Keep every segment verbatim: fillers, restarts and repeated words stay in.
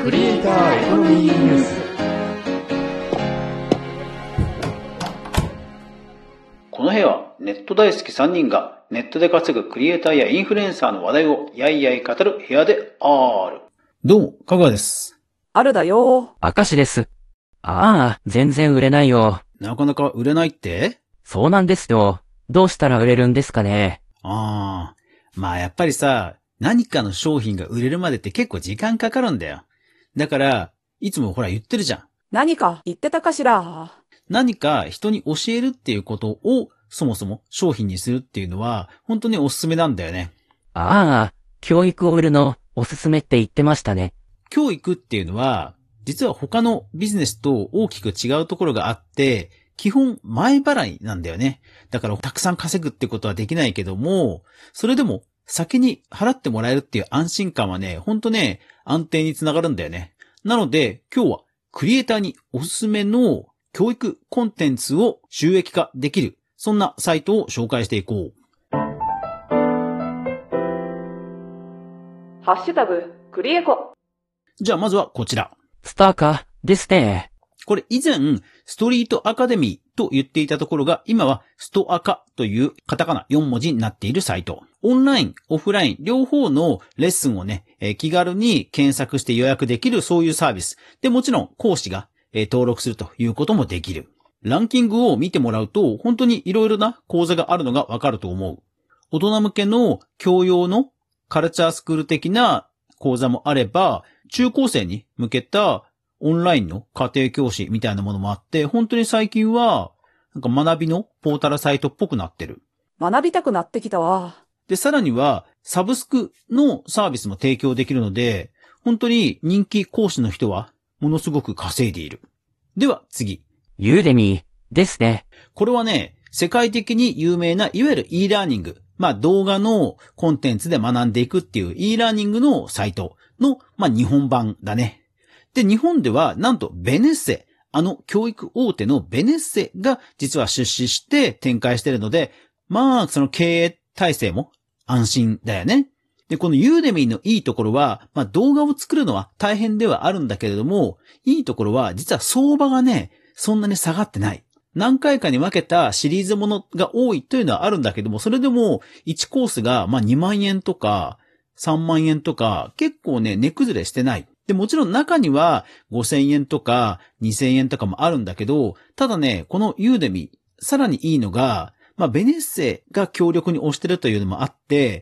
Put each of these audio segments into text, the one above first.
クリエイターエコノミーニュース。 この部屋はネット大好きさんにんがネットで稼ぐクリエイターやインフルエンサーの話題をやいやい語る部屋である。どうも、かぐわです。 あるだよ。 あかしです。ああ、全然売れないよ。 なかなか売れないって？ そうなんですよ。どうしたら売れるんですかね。 ああ、まあやっぱりさ、何かの商品が売れるまでって結構時間かかるんだよ。だから、いつもほら言ってるじゃん。 何か言ってたかしら。 何か人に教えるっていうことをそもそも商品にするっていうのは本当におすすめなんだよね。 ああ、教育を売るのおすすめって言ってましたね。 教育っていうのは実は他のビジネスと大きく違うところがあって、基本前払いなんだよね。だからたくさん稼ぐってことはできないけども、それでも先に払ってもらえるっていう安心感はね、ほんとね、安定につながるんだよね。なので今日はクリエイターにおすすめの教育コンテンツを収益化できる、そんなサイトを紹介していこう。 ハッシュタグクリエコ。 じゃあまずはこちら。 スターカですね。 これ以前ストリートアカデミーと言っていたところが今はストアカというカタカナよん文字になっているサイト。オンライン、オフライン両方のレッスンをね、えー、気軽に検索して予約できるそういうサービス。で、もちろん講師が、えー、登録するということもできる。ランキングを見てもらうと本当にいろいろな講座があるのがわかると思う。大人向けの教養のカルチャースクール的な講座もあれば、中高生に向けたオンラインの家庭教師みたいなものもあって、本当に最近はなんか学びのポータルサイトっぽくなってる。 学びたくなってきたわ。 で、さらにはサブスクのサービスも提供できるので、本当に人気講師の人はものすごく稼いでいる。では次。 ユーデミーですね。 これはね、世界的に有名ないわゆる e ラーニング。まあ動画のコンテンツで学んでいくっていう e ラーニングのサイトの、まあ日本版だね。で、日本ではなんとベネッセ、あの教育大手のベネッセが実は出資して展開しているので、まあその経営体制も安心だよね。で、このユーデミーのいいところは、まあ動画を作るのは大変ではあるんだけれども、いいところは実は相場がね、そんなに下がってない。何回かに分けたシリーズものが多いというのはあるんだけども、それでもいちコースがまあにまんえんとかさんまんえんとか結構ね、値崩れしてない。で、もちろん中にはごせんえんとかにせんえんとかもあるんだけど、ただね、このユーデミー、さらにいいのが、まあベネッセが強力に推してるというのもあって、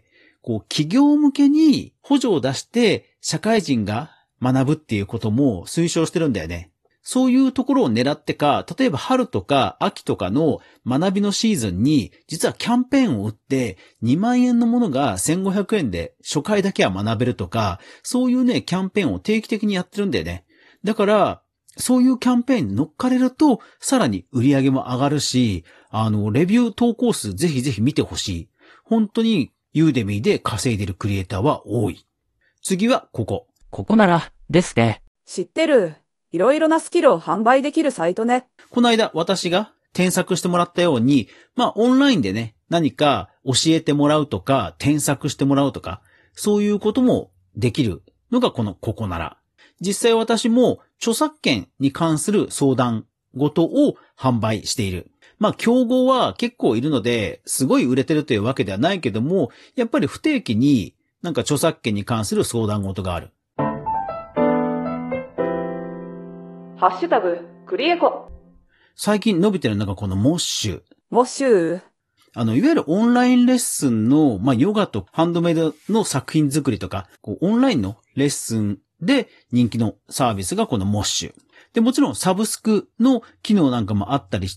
こう企業向けに補助を出して社会人が学ぶっていうことも推奨してるんだよね。そういうところを狙ってか、例えば春とか秋とかの学びのシーズンに、実はキャンペーンを打ってにまんえんのものがせんごひゃくえんで初回だけは学べるとか、そういうね、キャンペーンを定期的にやってるんだよね。だから、そういうキャンペーンに乗っかれると、さらに売り上げも上がるし、あの、レビュー投稿数ぜひぜひ見てほしい。本当にユーデミーで稼いでるクリエイターは多い。次はここ。 ここならですね。 知ってる。いろいろなスキルを販売できるサイトね。 この間私が添削してもらったように、まあオンラインでね、何か教えてもらうとか、添削してもらうとか、そういうこともできるのがこのここなら。実際私も著作権に関する相談事を販売している。まあ競合は結構いるので、すごい売れてるというわけではないけども、やっぱり不定期になんか著作権に関する相談事がある。 ハッシュタグクリエコ。 最近伸びてるのがこのモッシュ。 モッシュ。 あの、いわゆるオンラインレッスンの、まあ、ヨガとハンドメイドの作品作りとか、こうオンラインのレッスンで人気のサービスがこのモッシュ。で、もちろんサブスクの機能なんかもあったりして、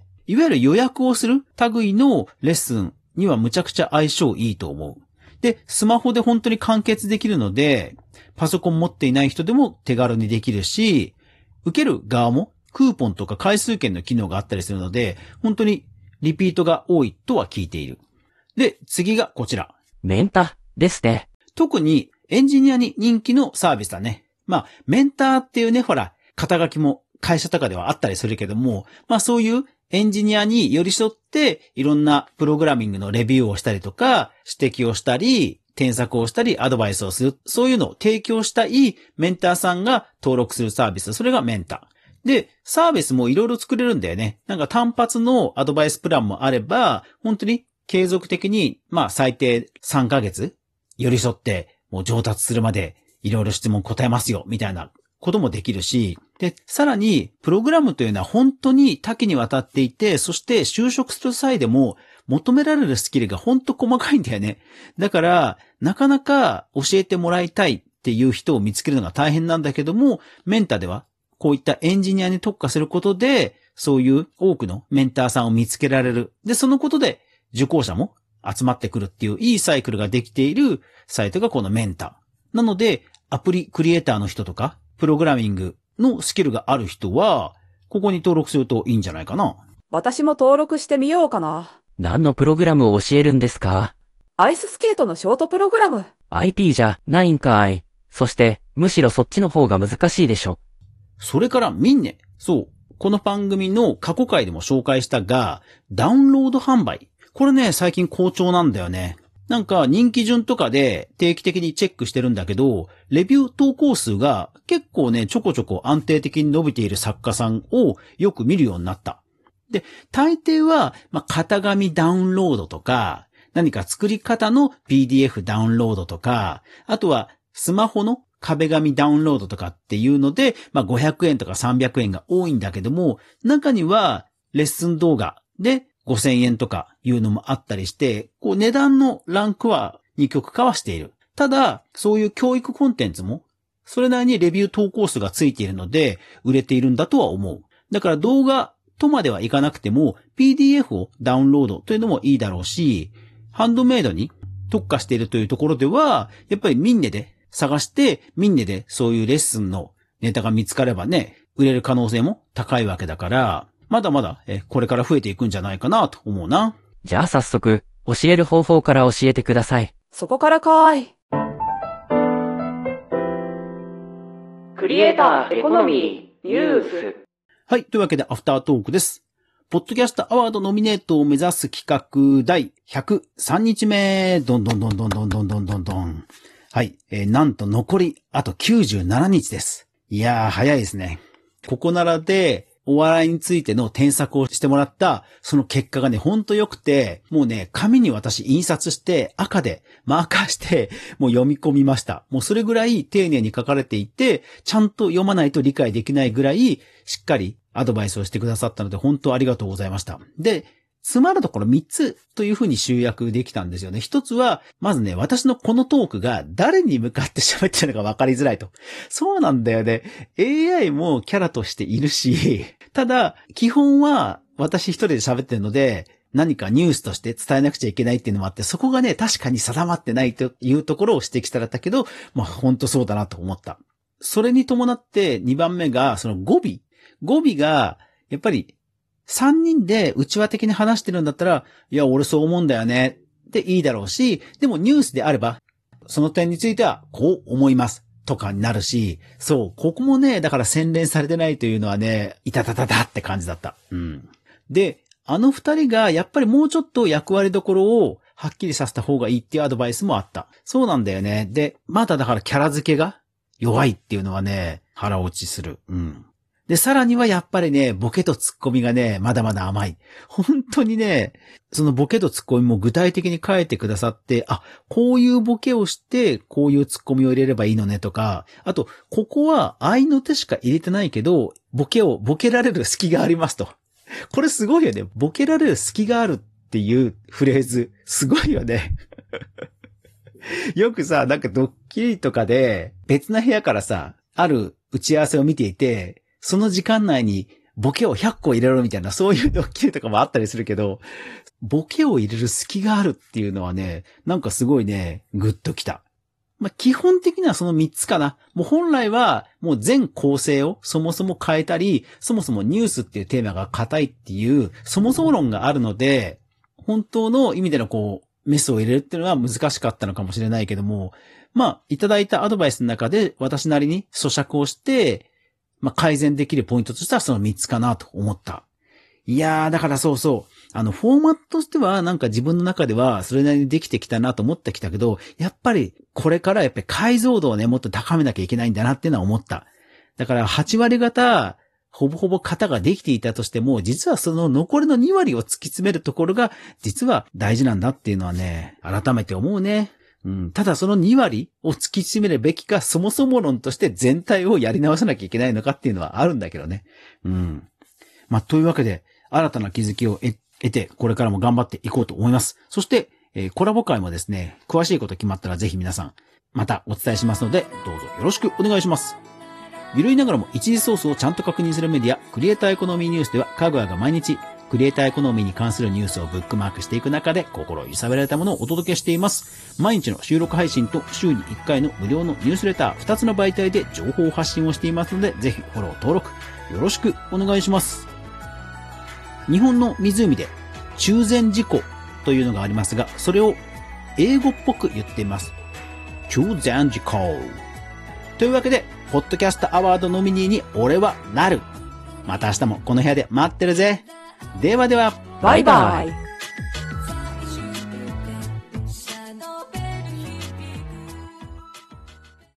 いわゆる予約をする類のレッスンにはむちゃくちゃ相性いいと思う。で、スマホで本当に完結できるので、パソコン持っていない人でも手軽にできるし、受ける側もクーポンとか回数券の機能があったりするので、本当にリピートが多いとは聞いている。で、次がこちら。 メンタですね。 特にエンジニアに人気のサービスだね。まあ、メンターっていうね、ほら、肩書きも会社とかではあったりするけども、まあそういうエンジニアに寄り添っていろんなプログラミングのレビューをしたりとか、指摘をしたり、 添削をしたりアドバイスをする、そういうのを提供したいメンターさんが登録するサービス。それがメンター。で、サービスもいろいろ作れるんだよね。なんか単発のアドバイスプランもあれば、本当に継続的に、まあ最低さんかげつ寄り添ってもう上達するまでいろいろ質問答えますよ、みたいなこともできるし、で、さらにプログラムというのは本当に多岐にわたっていて、そして就職する際でも求められるスキルが本当細かいんだよね。だから、なかなか教えてもらいたいっていう人を見つけるのが大変なんだけども、メンタではこういったエンジニアに特化することで、そういう多くのメンターさんを見つけられる。で、そのことで受講者も集まってくるっていういいサイクルができているサイトがこのメンター。なので、アプリクリエイターの人とか、プログラミングのスキルがある人は、ここに登録するといいんじゃないかな。 私も登録してみようかな。 何のプログラムを教えるんですか？ アイススケートのショートプログラム。 アイティー じゃないんかい。そして、むしろそっちの方が難しいでしょ。 それからミンネ。そう。この番組の過去回でも紹介したが、ダウンロード販売。これね、最近好調なんだよね。なんか人気順とかで定期的にチェックしてるんだけど、レビュー投稿数が結構ね、ちょこちょこ安定的に伸びている作家さんをよく見るようになった。で、大抵は、まあ、型紙ダウンロードとか、何か作り方の ピーディーエフ ダウンロードとか、あとはスマホの壁紙ダウンロードとかっていうので、まあ、ごひゃくえんとかさんびゃくえんが多いんだけども、中にはレッスン動画でごせんえんとかいうのもあったりして、こう値段のランクは二極化はしている。ただ、そういう教育コンテンツも、それなりにレビュー投稿数がついているので、売れているんだとは思う。だから動画とまではいかなくても、ピーディーエフ をダウンロードというのもいいだろうし、ハンドメイドに特化しているというところでは、やっぱりミンネで探して、ミンネでそういうレッスンのネタが見つかればね、売れる可能性も高いわけだから、まだまだえこれから増えていくんじゃないかなと思うな。 じゃあ早速、教える方法から教えてください。 そこからかーい。クリエイターエコノミーニュース。 はい。というわけでアフタートークです。ポッドキャストアワードノミネートを目指す企画だいひゃくさんにちめ。どんどんどんどんどんどんどんどんどん。はい。えー、なんと残りあときゅうじゅうななにちです。いやー、早いですね。ここならで、お笑いについての添削をしてもらった、その結果がね、ほんと良くて、もうね、紙に私印刷して赤でマーカーして、もう読み込みました。もうそれぐらい丁寧に書かれていて、ちゃんと読まないと理解できないぐらい、しっかりアドバイスをしてくださったので、本当ありがとうございました。で、つまるところみっつというふうに集約できたんですよね。ひとつは、まずね、私のこのトークが誰に向かって喋ってるのか分かりづらいと。そうなんだよね。エーアイ もキャラとしているし、ただ、基本は私一人で喋ってるので、何かニュースとして伝えなくちゃいけないっていうのもあって、そこがね、確かに定まってないというところを指摘されたけど、まあ本当そうだなと思った。それに伴ってにばんめが、その語尾。語尾が、やっぱり、さんにんで内輪的に話してるんだったら、いや、俺そう思うんだよねっていいだろうし、でもニュースであれば、その点についてはこう思いますとかになるし、そう、ここもね、だから洗練されてないというのはね、いたたたたって感じだった。うん。で、あの二人がやっぱりもうちょっと役割どころをはっきりさせた方がいいっていうアドバイスもあった。そうなんだよね。で、まだだからキャラ付けが弱いっていうのはね、腹落ちする。うん。で、さらにはやっぱりね、ボケとツッコミがね、まだまだ甘い。本当にね、そのボケとツッコミも具体的に書いてくださって、あ、こういうボケをして、こういうツッコミを入れればいいのねとか、あと、ここは愛の手しか入れてないけど、ボケを、ボケられる隙がありますと。これすごいよね。ボケられる隙があるっていうフレーズ、すごいよね。よくさ、なんかドッキリとかで、別な部屋からさ、ある打ち合わせを見ていて、その時間内にボケをひゃっこ入れろみたいな、そういうドッキリとかもあったりするけど、ボケを入れる隙があるっていうのはね、なんかすごいね、グッときた。まあ、基本的にはそのみっつかな。もう本来はもう全構成をそもそも変えたり、そもそもニュースっていうテーマが硬いっていう、そもそも論があるので、本当の意味でのこう、メスを入れるっていうのは難しかったのかもしれないけども、まあ、いただいたアドバイスの中で私なりに咀嚼をして、まあ、改善できるポイントとしてはそのみっつかなと思った。 いやー、だからそうそう。あの、フォーマットとしては、なんか自分の中では、それなりにできてきたなと思ってきたけど、やっぱり、これからやっぱり解像度をね、もっと高めなきゃいけないんだなっていうのは思った。だから、はち割方、ほぼほぼ型ができていたとしても、実はその残りのに割を突き詰めるところが、実は大事なんだっていうのはね、改めて思うね。うん、ただそのに割を突き詰めるべきか、そもそも論として全体をやり直さなきゃいけないのかっていうのはあるんだけどね。うん。まあ、というわけで、新たな気づきを得て、これからも頑張っていこうと思います。そして、えー、コラボ会もですね、詳しいこと決まったらぜひ皆さん、またお伝えしますので、どうぞよろしくお願いします。ゆるいながらも一時ソースをちゃんと確認するメディア、クリエイターエコノミーニュースでは、かぐわが毎日、クリエイターエコノミーに関するニュースをブックマークしていく中で、心揺さぶられたものをお届けしています。毎日の収録配信と週にいっかいの無料のニュースレター、ふたつの媒体で情報発信をしていますので、ぜひフォロー登録、よろしくお願いします。日本の湖で中禅寺湖というのがありますが、それを英語っぽく言っています。中禅寺湖。というわけで、ポッドキャストアワードノミニーに俺はなる。また明日もこの部屋で待ってるぜ。ではでは、 バイバイ。